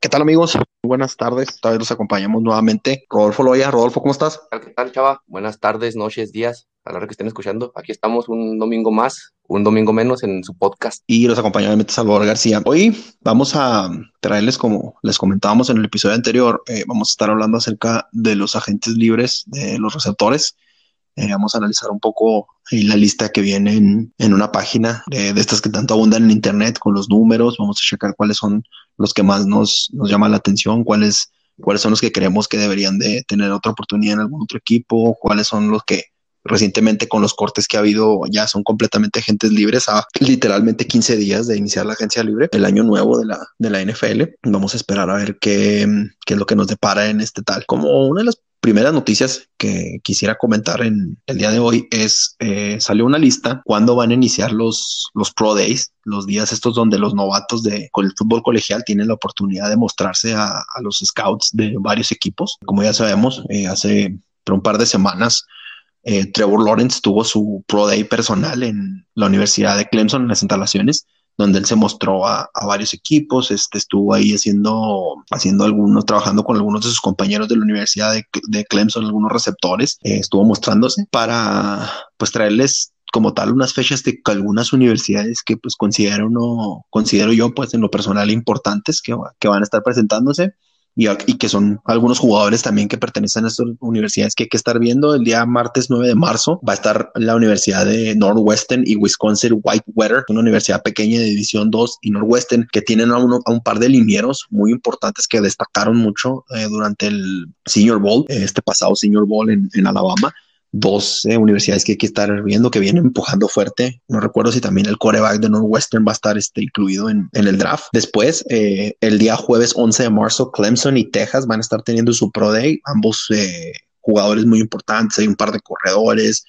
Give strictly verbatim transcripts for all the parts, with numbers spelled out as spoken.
¿Qué tal, amigos? Muy buenas tardes. Esta vez los acompañamos nuevamente. Rodolfo Loya. Rodolfo, ¿cómo estás? ¿Qué tal, qué tal, chava? Buenas tardes, noches, días, a la hora que estén escuchando. Aquí estamos un domingo más, un domingo menos en su podcast. Y los acompaña nuevamente Salvador García. Hoy vamos a traerles, como les comentábamos en el episodio anterior, eh, vamos a estar hablando acerca de los agentes libres, de los receptores. Eh, vamos a analizar un poco ahí la lista que viene en, en una página de, de estas que tanto abundan en internet con los números. Vamos a checar cuáles son los que más nos, nos llaman la atención, cuáles, cuáles son los que creemos que deberían de tener otra oportunidad en algún otro equipo, cuáles son los que recientemente con los cortes que ha habido ya son completamente agentes libres a literalmente quince días de iniciar la agencia libre, el año nuevo de la, de la N F L. Vamos a esperar a ver qué, qué es lo que nos depara en este tal. Como una de las primeras noticias que quisiera comentar en el día de hoy es, eh, salió una lista cuándo van a iniciar los, los Pro Days, los días estos donde los novatos de con el fútbol colegial tienen la oportunidad de mostrarse a, a los scouts de varios equipos. Como ya sabemos, eh, hace un par de semanas eh, Trevor Lawrence tuvo su Pro Day personal en la Universidad de Clemson, en las instalaciones, donde él se mostró a, a varios equipos, este, estuvo ahí haciendo, haciendo algunos, trabajando con algunos de sus compañeros de la Universidad de, de Clemson, algunos receptores, eh, estuvo mostrándose para pues traerles como tal unas fechas de algunas universidades que pues considero, no, considero yo pues en lo personal importantes que, que van a estar presentándose y, y que son algunos jugadores también que pertenecen a estas universidades que hay que estar viendo. El día martes nueve de marzo va a estar la Universidad de Northwestern y Wisconsin Whitewater, una universidad pequeña de División dos, y Northwestern, que tienen a, uno, a un par de linieros muy importantes que destacaron mucho eh, durante el Senior Bowl, eh, este pasado Senior Bowl en, en Alabama. Dos eh, universidades que hay que estar viendo, que vienen empujando fuerte. No recuerdo si también el quarterback de Northwestern va a estar este, incluido en, en el draft. Después, eh, el día jueves once de marzo, Clemson y Texas van a estar teniendo su Pro Day. Ambos eh, jugadores muy importantes. Hay un par de corredores,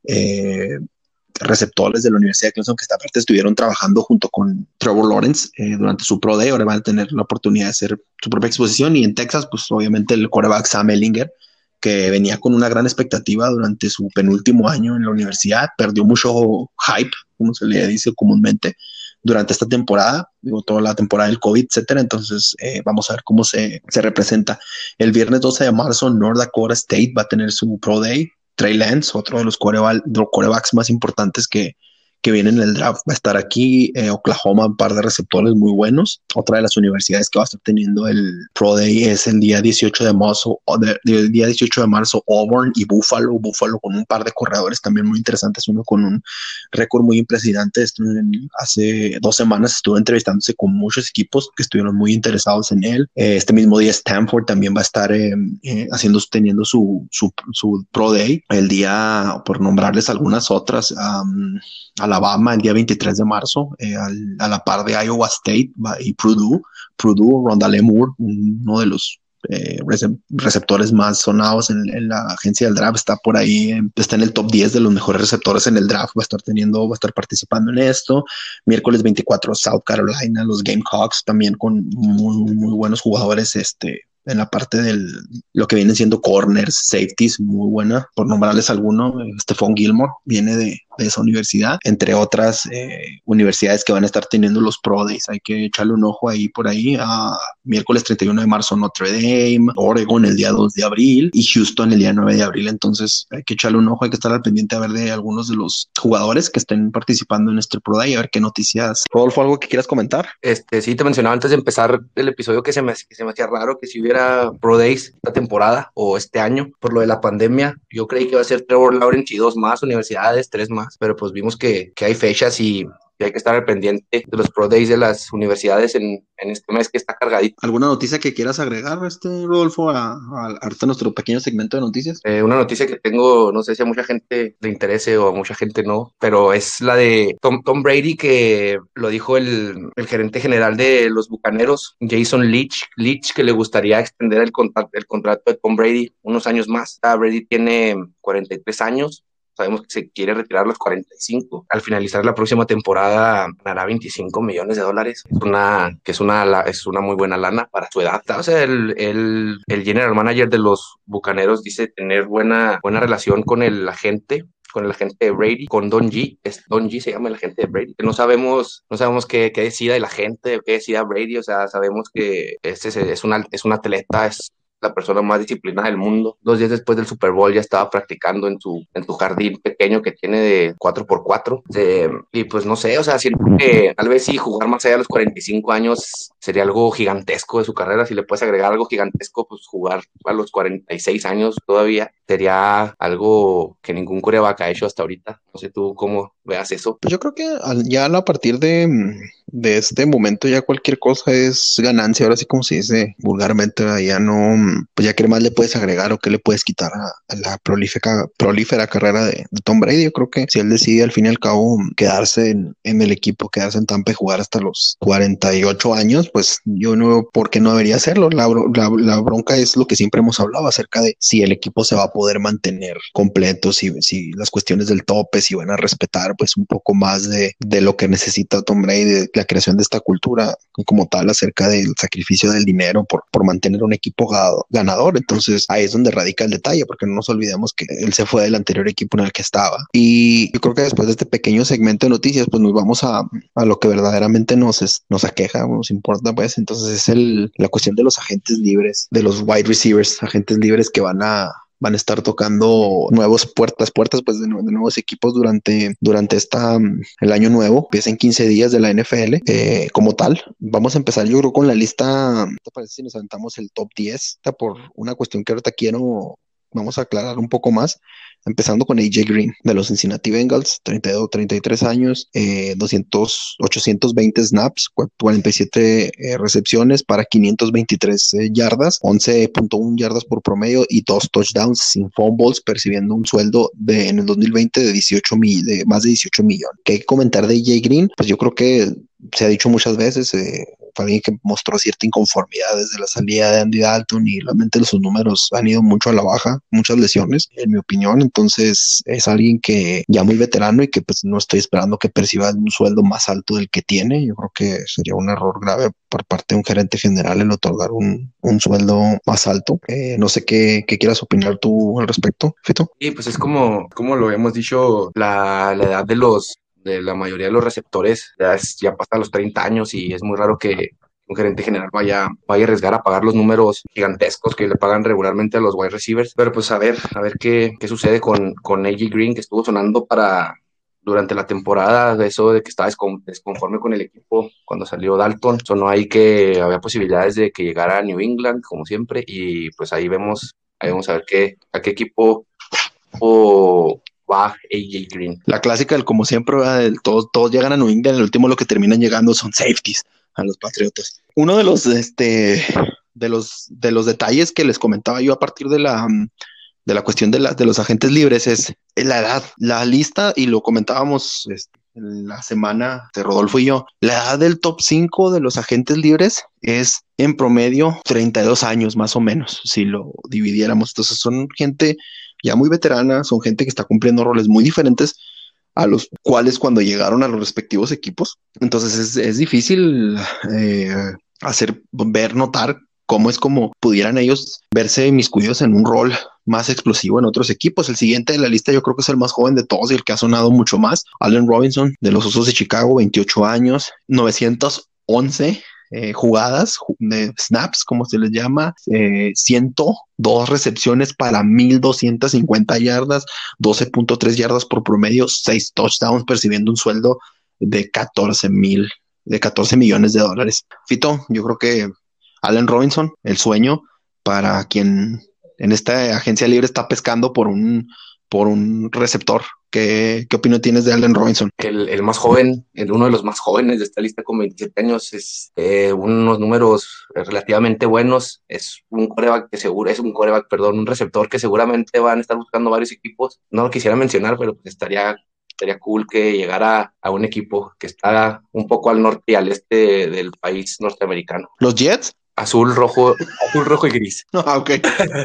eh, receptores de la Universidad de Clemson que esta parte estuvieron trabajando junto con Trevor Lawrence eh, durante su Pro Day. Ahora van a tener la oportunidad de hacer su propia exposición. Y en Texas, pues obviamente el quarterback Sam Ehlinger, que venía con una gran expectativa durante su penúltimo año en la universidad, perdió mucho hype, como se le dice comúnmente, durante esta temporada, digo, toda la temporada del COVID, etcétera. Entonces, eh, vamos a ver cómo se, se representa. El viernes doce de marzo, North Dakota State va a tener su Pro Day. Trey Lance, otro de los quarterbacks más importantes que, que viene en el draft, va a estar aquí. eh, Oklahoma, un par de receptores muy buenos. Otra de las universidades que va a estar teniendo el Pro Day es el día dieciocho de marzo, de, de, el día dieciocho de marzo, Auburn y Buffalo. Buffalo con un par de corredores también muy interesantes, uno con un récord muy impresionante. Hace dos semanas estuvo entrevistándose con muchos equipos que estuvieron muy interesados en él. Eh, este mismo día Stanford también va a estar eh, eh, haciendo, teniendo su, su, su Pro Day. El día, por nombrarles algunas otras, um, Alabama el día veintitrés de marzo, eh, al, a la par de Iowa State y Purdue. Purdue, Rondale Moore, uno de los eh, receptores más sonados en, en, la agencia del draft, está por ahí, está en el top diez de los mejores receptores en el draft, va a estar teniendo, va a estar participando en esto. Miércoles veinticuatro, South Carolina, los Gamecocks también con muy, muy buenos jugadores, este, en la parte del lo que vienen siendo corners, safeties, muy buena, por nombrarles alguno. Stephon Gilmore viene de, de esa universidad, entre otras eh, universidades que van a estar teniendo los Pro Days. Hay que echarle un ojo ahí por ahí. A miércoles treinta y uno de marzo, Notre Dame, Oregon el día dos de abril y Houston el día nueve de abril. Entonces hay que echarle un ojo, hay que estar al pendiente a ver de algunos de los jugadores que estén participando en este Pro Day, a ver qué noticias. Rodolfo, ¿algo que quieras comentar? Este, sí, te mencionaba antes de empezar el episodio que se me, que se me hacía raro que si hubiera Pro Days esta temporada o este año por lo de la pandemia. Yo creí que iba a ser Trevor Lawrence y dos más universidades, tres más, pero pues vimos que, que hay fechas y hay que estar al pendiente de los Pro Days de las universidades en, en este mes que está cargadito. ¿Alguna noticia que quieras agregar, este Rodolfo, a, a, a nuestro pequeño segmento de noticias? Eh, una noticia que tengo, no sé si a mucha gente le interese o a mucha gente no, pero es la de Tom, Tom Brady, que lo dijo el, el gerente general de los Bucaneros, Jason Leach, Leach, que le gustaría extender el, contrato, el contrato de Tom Brady unos años más. Ah, Brady tiene cuarenta y tres años. Sabemos que se quiere retirar a los cuarenta y cinco. Al finalizar la próxima temporada ganará veinticinco millones de dólares. Es una, que es una, es una muy buena lana para su edad. O sea, el, el, el general manager de los Bucaneros dice tener buena, buena relación con el agente con el agente de Brady, con Don G, es Don G se llama el agente de Brady, no sabemos, no sabemos qué, qué decida el agente o qué decida Brady, o sea, sabemos que este es, es, una, es un atleta, es la persona más disciplinada del mundo. Dos días después del Super Bowl ya estaba practicando en su, en su jardín pequeño que tiene de cuatro por cuatro. Eh, y pues no sé, o sea, siento que tal vez si jugar más allá de los cuarenta y cinco años sería algo gigantesco de su carrera. Si le puedes agregar algo gigantesco, pues jugar a los cuarenta y seis años todavía sería algo que ningún quarterback ha hecho hasta ahorita. No sé tú cómo veas eso. Pues yo creo que al- ya a partir de, mm, de este momento ya cualquier cosa es ganancia, ahora sí como se dice vulgarmente, ¿verdad? Ya no, mm, pues ya qué más le puedes agregar o qué le puedes quitar a, a la prolífica, prolífera carrera de, de Tom Brady. Yo creo que si él decide al fin y al cabo mm, quedarse en, en el equipo, quedarse en Tampa y jugar hasta los cuarenta y ocho años, pues yo no veo por qué no debería hacerlo. La, bro- la, la bronca es lo que siempre hemos hablado acerca de si el equipo se va a poder mantener completo, si, si las cuestiones del tope, si van a respetar pues un poco más de, de lo que necesita Tom Brady, de la creación de esta cultura como tal acerca del sacrificio del dinero por, por mantener un equipo ga- ganador. Entonces ahí es donde radica el detalle, porque no nos olvidemos que él se fue del anterior equipo en el que estaba. Y yo creo que después de este pequeño segmento de noticias, pues nos vamos a, a lo que verdaderamente nos, es, nos aqueja, nos importa, pues entonces es el, la cuestión de los agentes libres, de los wide receivers, agentes libres que van a van a estar tocando nuevos puertas, puertas pues de, de nuevos equipos durante, durante esta, um, el año nuevo, empieza en quince días de la N F L eh, como tal. Vamos a empezar yo creo con la lista, ¿te parece si nos aventamos el top diez? Por una cuestión que ahorita quiero, vamos a aclarar un poco más. Empezando con A J Green de los Cincinnati Bengals, treinta y dos, treinta y tres años, eh, doscientos, ochocientos veinte snaps, cuarenta y siete eh, recepciones para quinientos veintitrés eh, yardas, once punto uno yardas por promedio y dos touchdowns sin fumbles, percibiendo un sueldo de en el dos mil veinte de dieciocho mil, de más de dieciocho millones. ¿Qué hay que comentar de A J Green? Pues yo creo que se ha dicho muchas veces, eh, fue alguien que mostró cierta inconformidad desde la salida de Andy Dalton y realmente sus números han ido mucho a la baja, muchas lesiones, en mi opinión. Entonces es alguien que ya muy veterano y que pues no estoy esperando que perciba un sueldo más alto del que tiene. Yo creo que sería un error grave por parte de un gerente general el otorgar un, un sueldo más alto. Eh, no sé qué, qué quieras opinar tú al respecto, Fito. Sí, pues es como, como lo hemos dicho, la, la edad de los de la mayoría de los receptores ya, es, ya pasa los treinta años y es muy raro que un gerente general vaya, vaya a arriesgar a pagar los números gigantescos que le pagan regularmente a los wide receivers. Pero pues a ver, a ver qué, qué sucede con, con A J Green, que estuvo sonando para durante la temporada, eso de que estaba descon- desconforme con el equipo cuando salió Dalton. Sonó ahí que había posibilidades de que llegara a New England, como siempre, y pues ahí vemos, ahí vamos a ver qué, a qué equipo o va A J Green. La clásica del como siempre, ¿verdad? Del todos, todos llegan a New England, el último lo que terminan llegando son safeties a los Patriotas. Uno de los, este, de los, de los detalles que les comentaba yo a partir de la, de la cuestión de, la, de los agentes libres es la edad, la lista, y lo comentábamos este, la semana de Rodolfo y yo, la edad del top cinco de los agentes libres es en promedio treinta y dos años más o menos, si lo dividiéramos. Entonces son gente ya muy veterana, son gente que está cumpliendo roles muy diferentes a los cuales cuando llegaron a los respectivos equipos. Entonces es, es difícil eh, hacer ver, notar cómo es como pudieran ellos verse inmiscuidos en un rol más explosivo en otros equipos. El siguiente de la lista yo creo que es el más joven de todos y el que ha sonado mucho más, Allen Robinson de los Osos de Chicago, veintiocho años, novecientos once eh, jugadas, de snaps, como se les llama, eh, ciento dos recepciones para mil doscientas cincuenta yardas, doce punto tres yardas por promedio, seis touchdowns, percibiendo un sueldo de catorce mil, de catorce millones de dólares. Fito, yo creo que Allen Robinson, el sueño para quien en esta agencia libre está pescando por un, por un receptor. ¿Qué, qué opinión tienes de Allen Robinson? El, el más joven, el, uno de los más jóvenes de esta lista con veintisiete años, es eh, unos números relativamente buenos. Es un coreback que seguro, es un coreback, perdón, un receptor que seguramente van a estar buscando varios equipos. No lo quisiera mencionar, pero pues estaría, estaría cool que llegara a un equipo que está un poco al norte y al este del país norteamericano. ¿Los Jets? Azul, rojo, azul, rojo y gris. Ah, ok.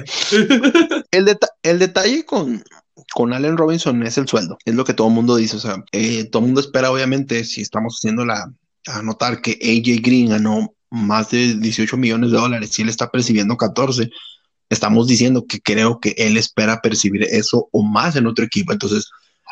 el, deta- el detalle con, con Allen Robinson es el sueldo, es lo que todo el mundo dice. O sea, eh, todo el mundo espera, obviamente, si estamos haciendo la, a notar que A J Green ganó más de dieciocho millones de dólares, si él está percibiendo catorce, estamos diciendo que creo que él espera percibir eso o más en otro equipo. Entonces,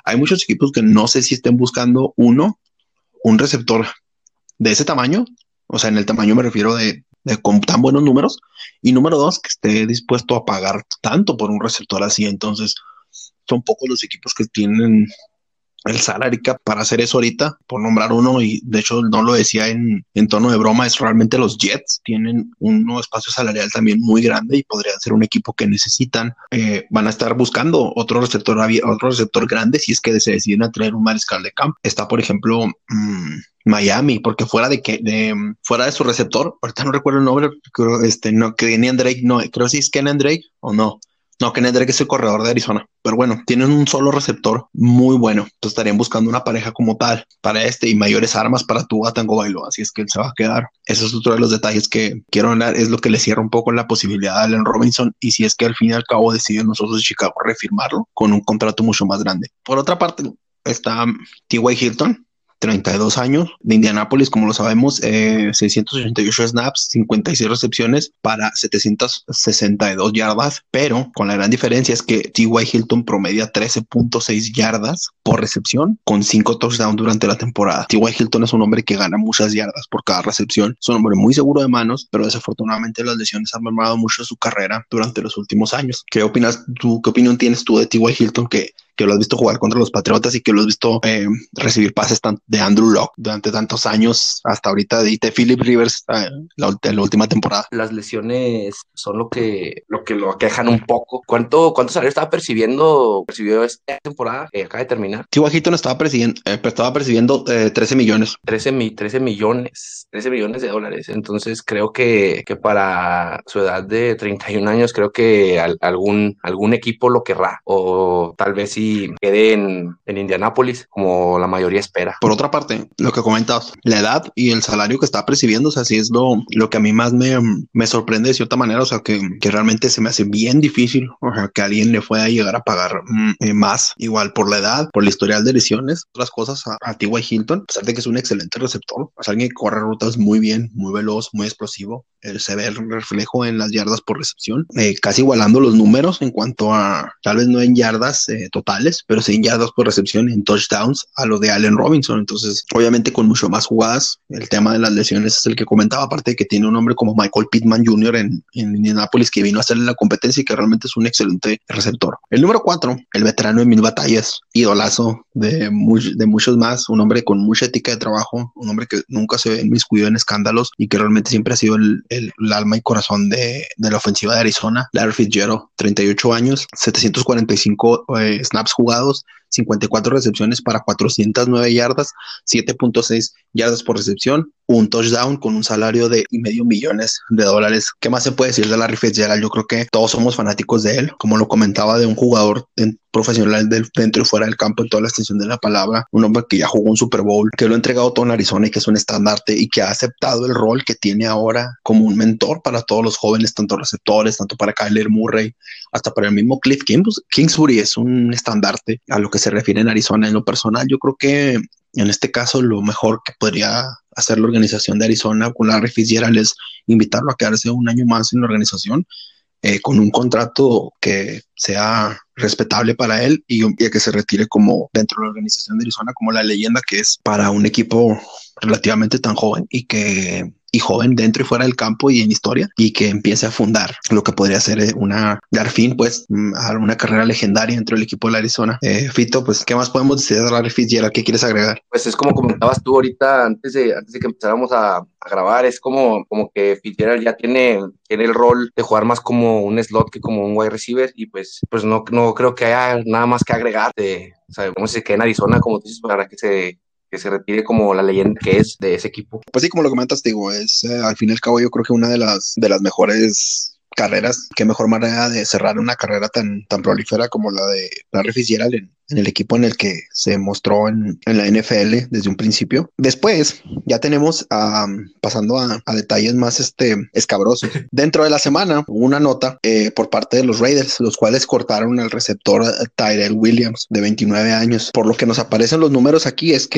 hay muchos equipos que no sé si estén buscando uno, un receptor de ese tamaño, o sea, en el tamaño me refiero de, de con tan buenos números, y número dos, que esté dispuesto a pagar tanto por un receptor así. Entonces, son pocos los equipos que tienen el salary cap para hacer eso ahorita, por nombrar uno, y de hecho no lo decía en, en tono de broma, es realmente los Jets tienen un espacio salarial también muy grande y podrían ser un equipo que necesitan, eh, van a estar buscando otro receptor, otro receptor grande si es que se deciden a traer un mariscal de campo. Está, por ejemplo, mmm, Miami, porque fuera de que de, fuera de su receptor, ahorita no recuerdo el nombre, creo, este, no, que Kenyan Drake, no, creo si es Kenyan Drake o no. No, Kenyan Drake es el corredor de Arizona, pero bueno, tienen un solo receptor muy bueno. Entonces estarían buscando una pareja como tal para este y mayores armas para Tua Tagovailoa, así es que él se va a quedar. Eso es otro de los detalles que quiero hablar, es lo que le cierra un poco la posibilidad a Allen Robinson, y si es que al fin y al cabo deciden nosotros de Chicago refirmarlo con un contrato mucho más grande. Por otra parte, está T Y Hilton, treinta y dos años, de Indianápolis, como lo sabemos, eh, seiscientos ochenta y ocho snaps, cincuenta y seis recepciones para setecientas sesenta y dos yardas, pero con la gran diferencia es que T Y Hilton promedia trece punto seis yardas por recepción con cinco touchdowns durante la temporada. T Y Hilton es un hombre que gana muchas yardas por cada recepción, es un hombre muy seguro de manos, pero desafortunadamente las lesiones han mermado mucho su carrera durante los últimos años. ¿Qué opinas tú? ¿Qué opinión tienes tú de T Y Hilton, que que lo has visto jugar contra los Patriotas y que lo has visto eh, recibir pases tan, de Andrew Luck durante tantos años hasta ahorita, y de Philip Rivers eh, la, la última temporada? Las lesiones son lo que lo que lo aquejan un poco. ¿Cuánto, cuánto salario estaba percibiendo percibió esta temporada que acaba de terminar? T Y Hilton estaba percibiendo, eh, estaba percibiendo eh, trece millones. trece, trece millones, trece millones de dólares. Entonces creo que, que para su edad de treinta y un años, creo que al, algún, algún equipo lo querrá, o tal vez sí quede en, en Indianápolis, como la mayoría espera. Por otra parte, lo que comentas, la edad y el salario que está percibiendo, o sea, sí es lo, lo que a mí más me, me sorprende de cierta manera, o sea, que, que realmente se me hace bien difícil, o sea, que alguien le pueda llegar a pagar mm, eh, más, igual por la edad, por el historial de lesiones, otras cosas a, a T Y Hilton, a pesar de que es un excelente receptor, o sea, alguien que corre rutas muy bien, muy veloz, muy explosivo, eh, se ve el reflejo en las yardas por recepción, eh, casi igualando los números en cuanto a, tal vez no en yardas eh, totales, pero sí en yardas por recepción y en touchdowns a lo de Allen Robinson. Entonces, obviamente con mucho más jugadas. El tema de las lesiones es el que comentaba, aparte de que tiene un hombre como Michael Pittman junior en, en Indianapolis, que vino a hacerle la competencia y que realmente es un excelente receptor. El número cuatro, el veterano de mil batallas, idolazo de, muy, de muchos más, un hombre con mucha ética de trabajo, un hombre que nunca se ve inmiscuido en escándalos y que realmente siempre ha sido el, el, el alma y corazón de, de la ofensiva de Arizona. Larry Fitzgerald, treinta y ocho años, setecientos cuarenta y cinco eh, snaps jugados, cincuenta y cuatro recepciones para cuatrocientas nueve yardas, siete punto seis yardas por recepción, un touchdown, con un salario de y medio millones de dólares. ¿Qué más se puede decir de Larry Fitzgerald? Yo creo que todos somos fanáticos de él, como lo comentaba, de un jugador en, profesional del, dentro y fuera del campo en toda la extensión de la palabra, un hombre que ya jugó un Super Bowl, que lo ha entregado todo en Arizona y que es un estandarte y que ha aceptado el rol que tiene ahora como un mentor para todos los jóvenes, tanto receptores, tanto para Kyler Murray, hasta para el mismo Cliff Kingsbury. Es un estandarte a lo que se refiere en Arizona. En lo personal, yo creo que en este caso lo mejor que podría hacer la organización de Arizona con Larry Fitzgerald es invitarlo a quedarse un año más en la organización, eh, con un contrato que sea respetable para él y, y que se retire como dentro de la organización de Arizona como la leyenda que es para un equipo relativamente tan joven y que y joven dentro y fuera del campo y en historia, y que empiece a fundar lo que podría ser una, dar fin pues a una carrera legendaria dentro del equipo de la Arizona. Eh, Fito, pues ¿qué más podemos decir de Larry Fitzgerald? ¿Qué quieres agregar? Pues es como comentabas tú ahorita antes de, antes de que empezáramos a, a grabar, es como, como que Fitzgerald ya tiene, tiene el rol de jugar más como un slot que como un wide receiver, y pues, pues no, no creo que haya nada más que agregar. De, o sea, como se queda en Arizona, como tú dices, para que se que se retire como la leyenda que es de ese equipo. Pues sí, como lo comentas, digo, es eh, al fin y al cabo yo creo que una de las de las mejores carreras, qué mejor manera de cerrar una carrera tan, tan prolífera como la de Larry Fitzgerald en, en el equipo en el que se mostró en, en la N F L desde un principio. Después ya tenemos, um, pasando a, a detalles más este, escabrosos, dentro de la semana hubo una nota eh, por parte de los Raiders, los cuales cortaron al receptor Tyrell Williams de veintinueve años. Por lo que nos aparecen los números aquí es que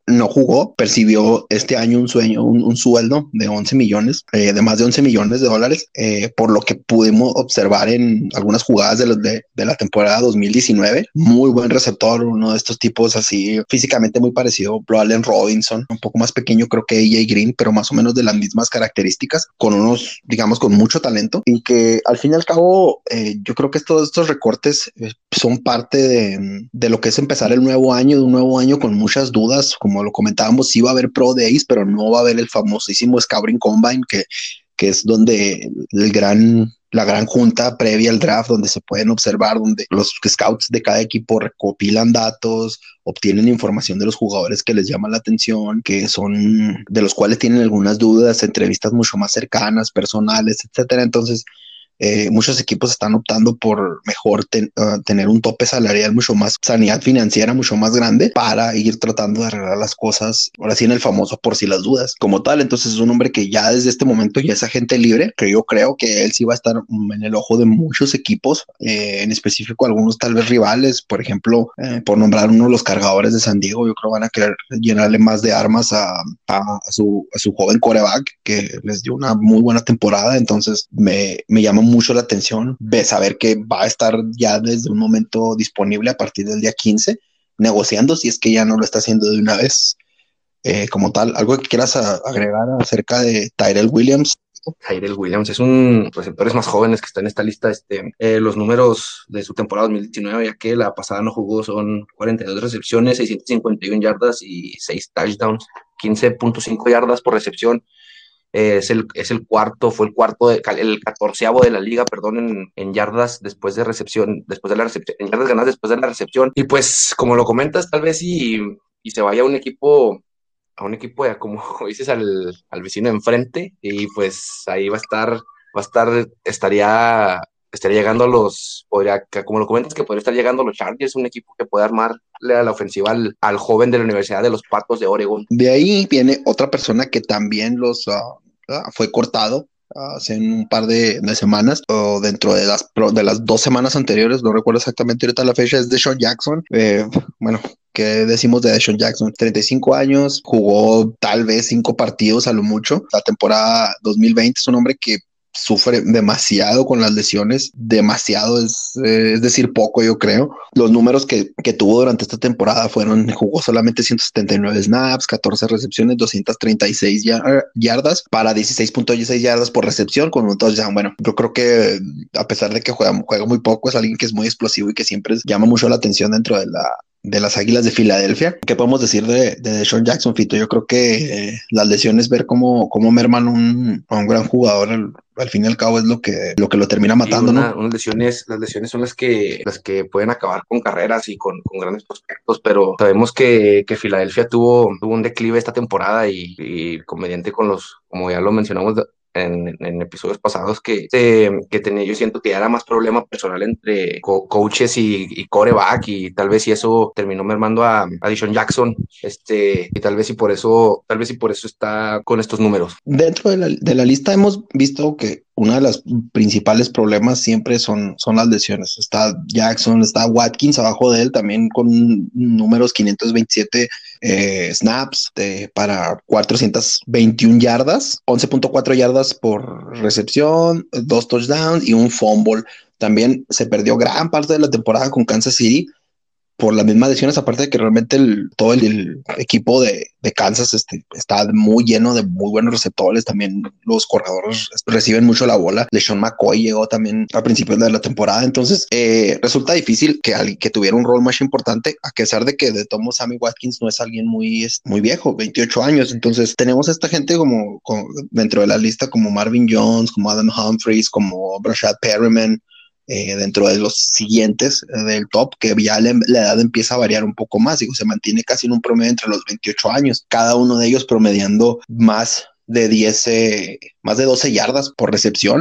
no jugó, percibió este año un sueño, un, un sueldo de once millones, eh, de más de once millones de dólares, eh, por lo que pudimos observar en algunas jugadas de, los de, de la temporada dos mil diecinueve. Muy buen receptor, uno de estos tipos así físicamente muy parecido a Allen Robinson, un poco más pequeño creo que A J Green, pero más o menos de las mismas características, con unos, digamos, con mucho talento, y que al fin y al cabo eh, yo creo que todos estos recortes eh, son parte de, de lo que es empezar el nuevo año, de un nuevo año con muchas dudas. Como lo comentábamos, sí va a haber Pro Days, pero no va a haber el famosísimo Scouting Combine, que, que es donde el gran la gran junta previa al draft, donde se pueden observar, donde los scouts de cada equipo recopilan datos, obtienen información de los jugadores que les llaman la atención, que son, de los cuales tienen algunas dudas, entrevistas mucho más cercanas, personales, etcétera. Entonces, Eh, muchos equipos están optando por mejor ten, uh, tener un tope salarial mucho más, sanidad financiera mucho más grande, para ir tratando de arreglar las cosas, ahora sí, en el famoso por si las dudas como tal. Entonces es un hombre que ya desde este momento ya es agente libre, que yo creo que él sí va a estar en el ojo de muchos equipos, eh, en específico algunos tal vez rivales, por ejemplo, eh, por nombrar uno, los Cargadores de San Diego. Yo creo que van a querer llenarle más de armas a, a, a, su, a su joven quarterback, que les dio una muy buena temporada. Entonces me, me llama mucho la atención de saber que va a estar ya desde un momento disponible a partir del día quince, negociando, si es que ya no lo está haciendo de una vez. Eh, como tal, ¿algo que quieras a, agregar acerca de Tyrell Williams? Tyrell Williams es un de los receptores más jóvenes que está en esta lista. Este, eh, los números de su temporada dos mil diecinueve, ya que la pasada no jugó, son cuarenta y dos recepciones, seiscientas cincuenta y una yardas y seis touchdowns, quince punto cinco yardas por recepción. Eh, es, el, es el cuarto, fue el cuarto, de, el catorceavo de la liga, perdón, en, en yardas después de recepción, después de la recepción, en yardas ganadas después de la recepción. Y pues, como lo comentas, tal vez y, y se vaya a un equipo, a un equipo, ya como dices, al, al vecino de enfrente, y pues ahí va a estar, va a estar, estaría, estaría llegando a los, podría, como lo comentas, que podría estar llegando a los Chargers, un equipo que puede armarle a la ofensiva al, al joven de la Universidad de los Patos de Oregon. De ahí viene otra persona que también los uh, uh, fue cortado hace un par de, de semanas, o dentro de las, de las dos semanas anteriores, no recuerdo exactamente ahorita la fecha. Es DeSean Jackson. Eh, bueno, ¿qué decimos de DeSean Jackson? treinta y cinco años, jugó tal vez cinco partidos a lo mucho. La temporada dos mil veinte, es un hombre que sufre demasiado con las lesiones, demasiado, es, eh, es decir, poco, yo creo. Los números que, que tuvo durante esta temporada fueron: jugó solamente ciento setenta y nueve snaps, catorce recepciones, doscientas treinta y seis yardas para dieciséis punto seis yardas por recepción, con un touchdown. Bueno, yo creo que a pesar de que juega, juega muy poco, es alguien que es muy explosivo y que siempre llama mucho la atención dentro de la de las Águilas de Filadelfia. ¿Qué podemos decir de, de DeSean Jackson, Fito? Yo creo que eh, las lesiones, ver cómo, cómo merman un, a un gran jugador, al, al fin y al cabo es lo que, lo que lo termina matando, una, ¿no? Unas lesiones, las lesiones son las que, las que pueden acabar con carreras y con, con grandes prospectos, pero sabemos que, que Filadelfia tuvo, tuvo un declive esta temporada, y, y conveniente con los, como ya lo mencionamos en, en episodios pasados, que, eh, que tenía, yo siento que era más problema personal entre co coaches y, y coreback, y tal vez si eso terminó mermando a, a DeSean Jackson, este, y tal vez y por eso, tal vez y por eso está con estos números. Dentro de la, de la lista hemos visto que uno de los principales problemas siempre son, son las lesiones. Está Jackson, está Watkins abajo de él también con números quinientos veintisiete eh, snaps de, para cuatrocientas veintiuna yardas, once punto cuatro yardas por recepción, dos touchdowns y un fumble. También se perdió gran parte de la temporada con Kansas City por las mismas lesiones, aparte de que realmente el, todo el, el equipo de, de Kansas este, está muy lleno de muy buenos receptores. También los corredores reciben mucho la bola. LeSean McCoy llegó también a principios de la temporada. Entonces eh, resulta difícil que, que tuviera un rol más importante, a pesar de que de tomo Sammy Watkins no es alguien muy, muy viejo, veintiocho años. Entonces tenemos a esta gente como, como dentro de la lista, como Marvin Jones, como Adam Humphries, como Brashad Perriman, Eh, dentro de los siguientes eh, del top, que ya le, la edad empieza a variar un poco más. Digo, se mantiene casi en un promedio entre los veintiocho años, cada uno de ellos promediando más de diez, eh, más de doce yardas por recepción.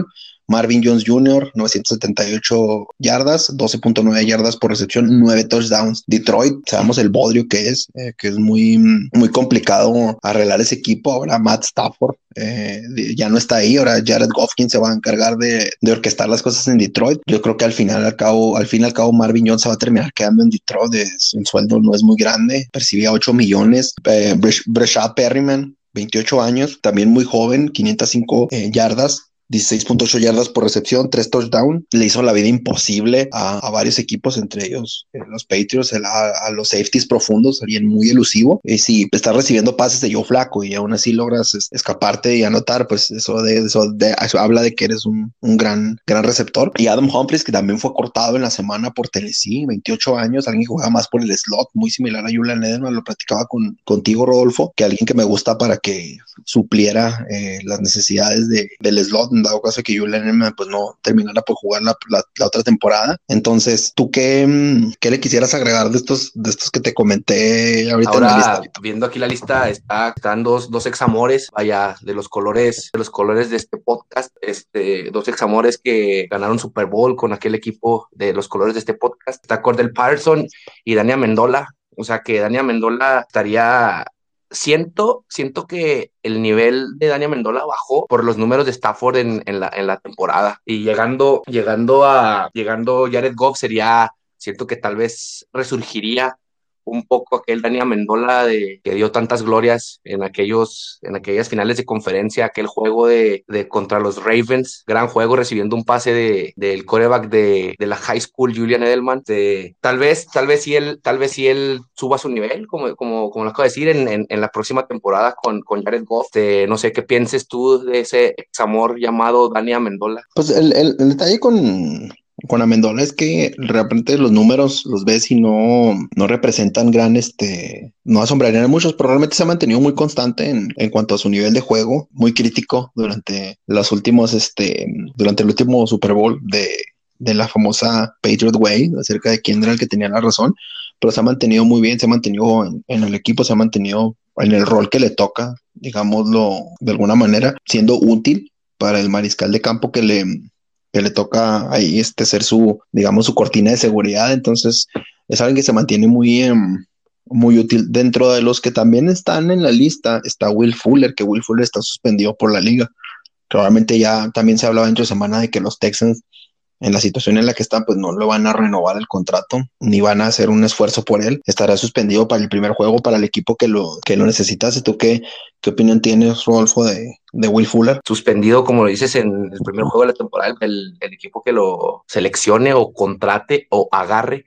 Marvin Jones junior, novecientas setenta y ocho yardas, doce punto nueve yardas por recepción, nueve touchdowns. Detroit, sabemos el bodrio que es, eh, que es muy, muy complicado arreglar ese equipo. Ahora Matt Stafford eh, ya no está ahí, ahora Jared Goff quien se va a encargar de, de orquestar las cosas en Detroit. Yo creo que al final al cabo, al fin y al cabo Marvin Jones se va a terminar quedando en Detroit. Es, el sueldo no es muy grande, percibía ocho millones. Eh, Breshad Perryman, veintiocho años, también muy joven, quinientas cinco eh, yardas, dieciséis punto ocho yardas por recepción, tres touchdowns. Le hizo la vida imposible a, a varios equipos, entre ellos eh, los Patriots, el, a, a los safeties profundos, alguien muy elusivo. Y si estás recibiendo pases de Joe Flacco y aún así logras es, escaparte y anotar, pues eso, de, eso, de, eso habla de que eres un, un gran, gran receptor. Y Adam Humphries, que también fue cortado en la semana por Tennessee, veintiocho años, alguien que juega más por el slot, muy similar a Julian Edelman. Lo platicaba con, contigo, Rodolfo, que alguien que me gusta para que supliera eh, las necesidades de, del slot, en dado caso que Julian Edelman pues no terminara por jugar la, la, la otra temporada. Entonces, ¿tú qué, qué le quisieras agregar de estos, de estos que te comenté ahorita? Ahora, en la lista? viendo aquí la lista, está, están dos, dos examores, vaya, de los colores, de los colores de este podcast, este, dos examores que ganaron Super Bowl con aquel equipo de los colores de este podcast. Está Cordell Patterson y Dani Amendola. O sea que Dani Amendola estaría... Siento, siento que el nivel de Dani Amendola bajó por los números de Stafford en, en, la, en la temporada. Y llegando, llegando a llegando Jared Goff sería, siento que tal vez resurgiría un poco aquel Dani Amendola de, que dio tantas glorias en aquellos en aquellas finales de conferencia, aquel juego de, de contra los Ravens, gran juego, recibiendo un pase de, del quarterback de, de la high school, Julian Edelman. De, tal vez tal vez si él tal vez si él suba su nivel, como, como, como lo acabo de decir, en, en, en la próxima temporada con, con Jared Goff. De, no sé qué pienses tú de ese examor llamado Dani Amendola. Pues el, el, el detalle con... Con Amendola es que realmente los números los ves y no, no representan gran, este, no asombrarían a muchos, pero realmente se ha mantenido muy constante en, en cuanto a su nivel de juego, muy crítico durante los últimos, este, durante el último Super Bowl de, de la famosa Patriot Way, acerca de quién era el que tenía la razón, pero se ha mantenido muy bien, se ha mantenido en, en el equipo, se ha mantenido en el rol que le toca, digámoslo de alguna manera, siendo útil para el mariscal de campo que le que le toca ahí este ser su, digamos, su cortina de seguridad. Entonces es alguien que se mantiene muy, eh, muy útil. Dentro de los que también están en la lista está Will Fuller, que Will Fuller está suspendido por la liga. Probablemente ya también se hablaba dentro de semana de que los Texans, en la situación en la que están, pues no le van a renovar el contrato, ni van a hacer un esfuerzo por él. Estará suspendido para el primer juego para el equipo que lo, que lo necesitase. ¿Tú qué, qué opinión tienes, Rodolfo, de, de Will Fuller? Suspendido, como lo dices, en el primer juego de la temporada, el, el equipo que lo seleccione o contrate o agarre.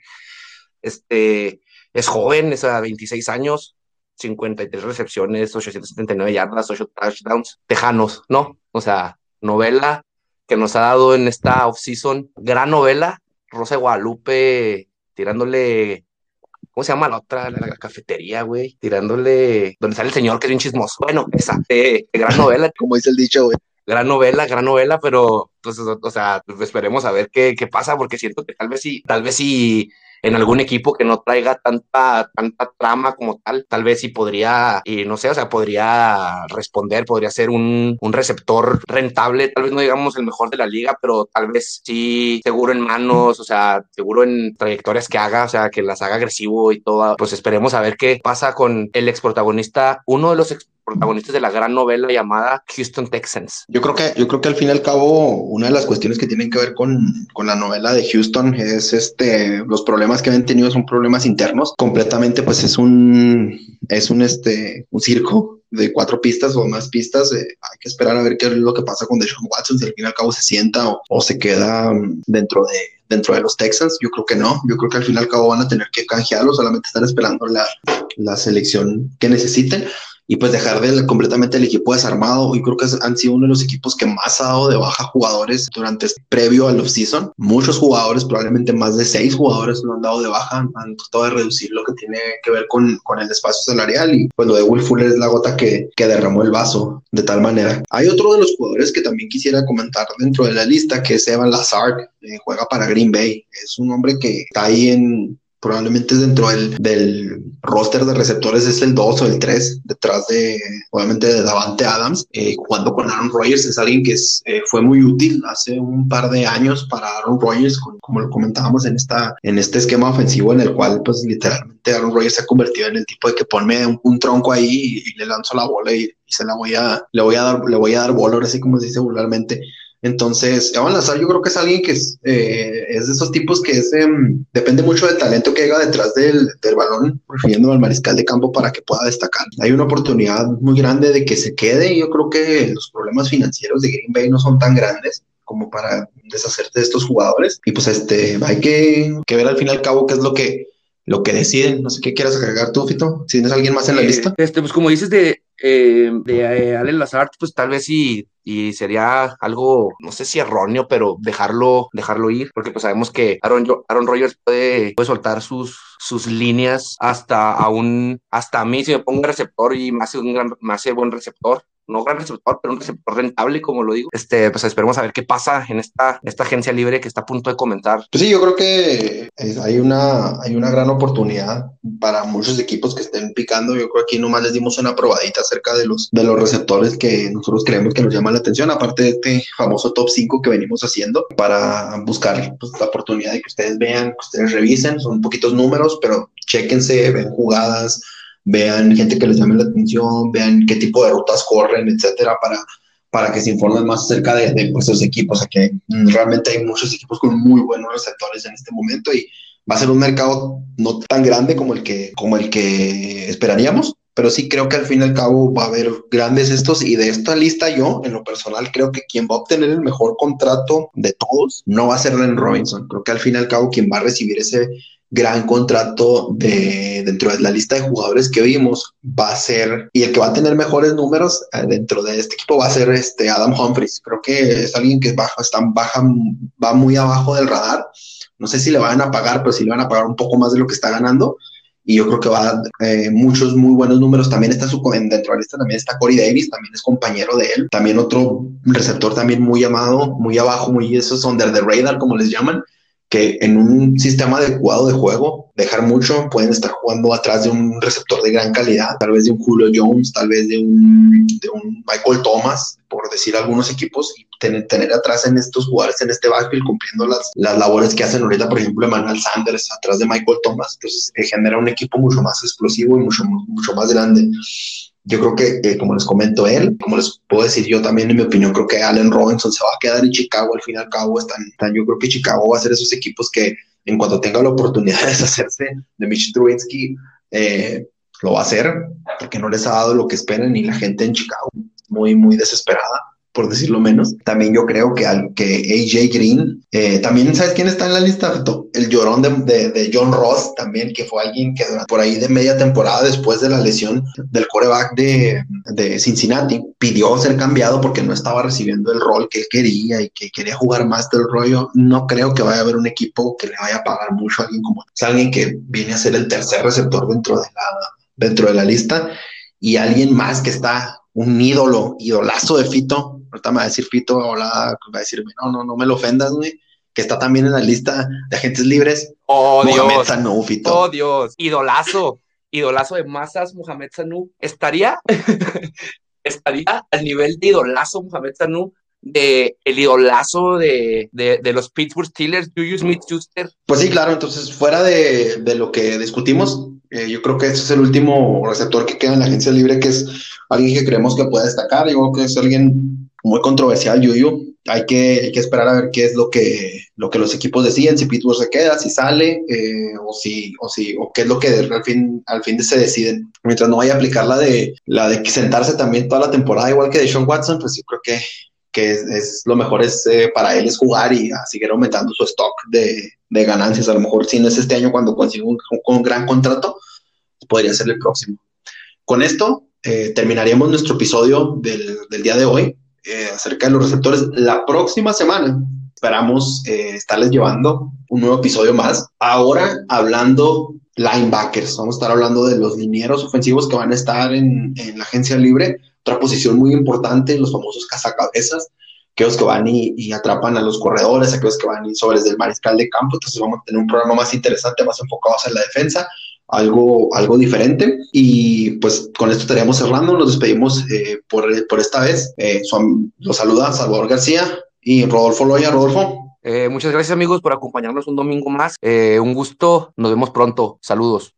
Este, es joven, es a veintiséis años, cincuenta y tres recepciones, ochocientas setenta y nueve yardas, ocho touchdowns, tejanos, ¿no? O sea, novela que nos ha dado en esta offseason, gran novela, Rosa de Guadalupe tirándole, ¿cómo se llama la otra? La, la cafetería, güey, tirándole, donde sale el señor que es bien chismoso. Bueno, esa, eh, gran novela. Como dice el dicho, güey. Gran novela, gran novela, pero, pues, o, o sea, pues esperemos a ver qué, qué pasa, porque siento que tal vez sí, tal vez sí, en algún equipo que no traiga tanta, tanta trama como tal, tal vez sí podría, y no sé, o sea, podría responder, podría ser un, un receptor rentable, tal vez no digamos el mejor de la liga, pero tal vez sí seguro en manos, o sea, seguro en trayectorias que haga, o sea, que las haga agresivo y todo. Pues esperemos a ver qué pasa con el ex protagonista, uno de los ex protagonistas de la gran novela llamada Houston Texans. Yo creo que, yo creo que al fin y al cabo, una de las cuestiones que tienen que ver con, con la novela de Houston es este, los problemas que han tenido son problemas internos. Completamente, pues es un, es un, este, un circo de cuatro pistas o más pistas. Eh, hay que esperar a ver qué es lo que pasa con Deshaun Watson, si al fin y al cabo se sienta o, o se queda um, dentro de, dentro de los Texans. Yo creo que no, yo creo que al fin y al cabo van a tener que canjearlo, solamente están esperando la, la selección que necesiten. Y pues dejar de completamente el equipo desarmado. Y creo que han sido uno de los equipos que más ha dado de baja jugadores durante este, previo al off-season. Muchos jugadores, probablemente más de seis jugadores lo han dado de baja, han tratado de reducir lo que tiene que ver con, con el espacio salarial. Y pues lo de Will Fuller es la gota que, que derramó el vaso de tal manera. Hay otro de los jugadores que también quisiera comentar dentro de la lista, que es Evan Lazard, eh, juega para Green Bay. Es un hombre que está ahí en Probablemente dentro del, del roster de receptores es el dos o el tres, detrás de, obviamente, de Davante Adams. Eh, jugando con Aaron Rodgers es alguien que es, eh, fue muy útil hace un par de años para Aaron Rodgers, con, como lo comentábamos en, esta, en este esquema ofensivo en el cual, pues, literalmente Aaron Rodgers se ha convertido en el tipo de que ponme un, un tronco ahí y, y le lanzo la bola y, y se la voy a, le voy a dar, le voy a dar bola, ahora sí como se dice vulgarmente. Entonces, Evan Lazar yo creo que es alguien que es, eh, es de esos tipos que es, eh, depende mucho del talento que haya detrás del, del balón, refiriéndome al mariscal de campo para que pueda destacar. Hay una oportunidad muy grande de que se quede y yo creo que los problemas financieros de Green Bay no son tan grandes como para deshacerte de estos jugadores. Y pues este, hay que, que ver al fin y al cabo qué es lo que, lo que deciden. No sé qué quieras agregar tú, Fito. Si tienes alguien más en la Eh, lista. este, pues como dices de, eh, de eh, Allen Lazard, pues tal vez sí, y sería algo, no sé si erróneo, pero dejarlo, dejarlo ir, porque pues sabemos que Aaron, Aaron Rodgers puede, puede soltar sus, sus líneas hasta a un, hasta a mí, si me pongo un receptor y me hace un gran, me hace buen receptor. No gran receptor, pero un receptor rentable, como lo digo. Este, pues esperemos a ver qué pasa en esta, esta agencia libre que está a punto de comenzar. Pues sí, yo creo que es- hay una, hay una gran oportunidad para muchos equipos que estén picando. Yo creo que aquí nomás les dimos una probadita acerca de los, de los receptores que nosotros creemos que nos llaman la atención, aparte de este famoso top cinco que venimos haciendo para buscar, pues, la oportunidad de que ustedes vean, que ustedes revisen. Son poquitos números, pero chéquense, ven jugadas, vean gente que les llame la atención, vean qué tipo de rutas corren, etcétera, para para que se informen más acerca de, de pues, esos equipos. Aquí mm, realmente hay muchos equipos con muy buenos receptores en este momento y va a ser un mercado no tan grande como el que, como el que esperaríamos, pero sí creo que al fin y al cabo va a haber grandes estos, y de esta lista yo, en lo personal, creo que quien va a obtener el mejor contrato de todos no va a ser Len Robinson. Creo que al fin y al cabo quien va a recibir ese gran contrato de dentro de la lista de jugadores que vimos va a ser, y el que va a tener mejores números eh, dentro de este equipo va a ser este Adam Humphries. Creo que es alguien que baja, está, baja, va muy abajo del radar. No sé si le van a pagar, pero sí le van a pagar un poco más de lo que está ganando. Y yo creo que va a dar eh, muchos muy buenos números. También está su, dentro de la lista también está Corey Davis, también es compañero de él. También otro receptor también muy llamado, muy abajo, muy esos under the radar, como les llaman, que en un sistema adecuado de juego, dejar mucho, pueden estar jugando atrás de un receptor de gran calidad, tal vez de un Julio Jones, tal vez de un, de un Michael Thomas, por decir algunos equipos, y tener, tener atrás en estos jugadores, en este backfield, cumpliendo las, las labores que hacen ahorita, por ejemplo, Emmanuel Sanders, atrás de Michael Thomas, pues eh, genera un equipo mucho más explosivo y mucho, mucho más grande. Yo creo que, eh, como les comento él, como les puedo decir yo también, en mi opinión, creo que Allen Robinson se va a quedar en Chicago. Al fin y al cabo, están, están, yo creo que Chicago va a ser esos equipos que, en cuanto tenga la oportunidad de deshacerse de Mitch Trubisky, eh, lo va a hacer, porque no les ha dado lo que esperan, y la gente en Chicago muy, muy desesperada, por decirlo menos. También yo creo que, al, que A J Green, eh, también, ¿sabes quién está en la lista? El llorón de, de, de John Ross, también, que fue alguien que por ahí de media temporada, después de la lesión del quarterback de, de Cincinnati, pidió ser cambiado porque no estaba recibiendo el rol que él quería y que quería jugar más del rollo. No creo que vaya a haber un equipo que le vaya a pagar mucho a alguien como, es alguien que viene a ser el tercer receptor dentro de la, dentro de la lista, y alguien más que está un ídolo, idolazo de Fito. Ahorita me va a decir Fito, hola, va a decirme, no, no, no me lo ofendas, güey, que está también en la lista de agentes libres. Oh, Mohamed Dios. Sanu, Fito. Oh, Dios. Idolazo. Idolazo de masas, Mohamed Sanu. ¿Estaría? Estaría al nivel de idolazo Mohamed Sanu, de el idolazo de, de, de los Pittsburgh Steelers, Juju Smith-Schuster. Pues sí, claro. Entonces, fuera de, de lo que discutimos, eh, yo creo que este es el último receptor que queda en la agencia libre, que es alguien que creemos que puede destacar. Yo creo que es alguien muy controversial, Juju. Hay que, hay que esperar a ver qué es lo que, lo que los equipos deciden, si Pittsburgh se queda, si sale, eh, o si, o si, o qué es lo que al fin, al fin de se deciden. Mientras no vaya a aplicar la de, la de sentarse también toda la temporada, igual que de Sean Watson, pues yo creo que, que es, es lo mejor es eh, para él es jugar y a seguir aumentando su stock de, de ganancias. A lo mejor si no es este año cuando consiga un, un, un gran contrato, podría ser el próximo. Con esto eh, terminaríamos nuestro episodio del, del día de hoy. Eh, acerca de los receptores. La próxima semana esperamos eh, estarles llevando un nuevo episodio más. Ahora hablando linebackers, vamos a estar hablando de los linieros ofensivos que van a estar en, en la agencia libre, otra posición muy importante, los famosos cazacabezas. aquellos que van y, y atrapan a los corredores, aquellos que van y sobres del mariscal de campo. Entonces vamos a tener un programa más interesante, más enfocados en la defensa, algo, algo diferente. Y pues con esto estaríamos cerrando. Nos despedimos eh, por, por esta vez. Eh, su, los saluda Salvador García y Rodolfo Loya. Rodolfo. Eh, muchas gracias amigos por acompañarnos un domingo más. Eh, un gusto, nos vemos pronto. Saludos.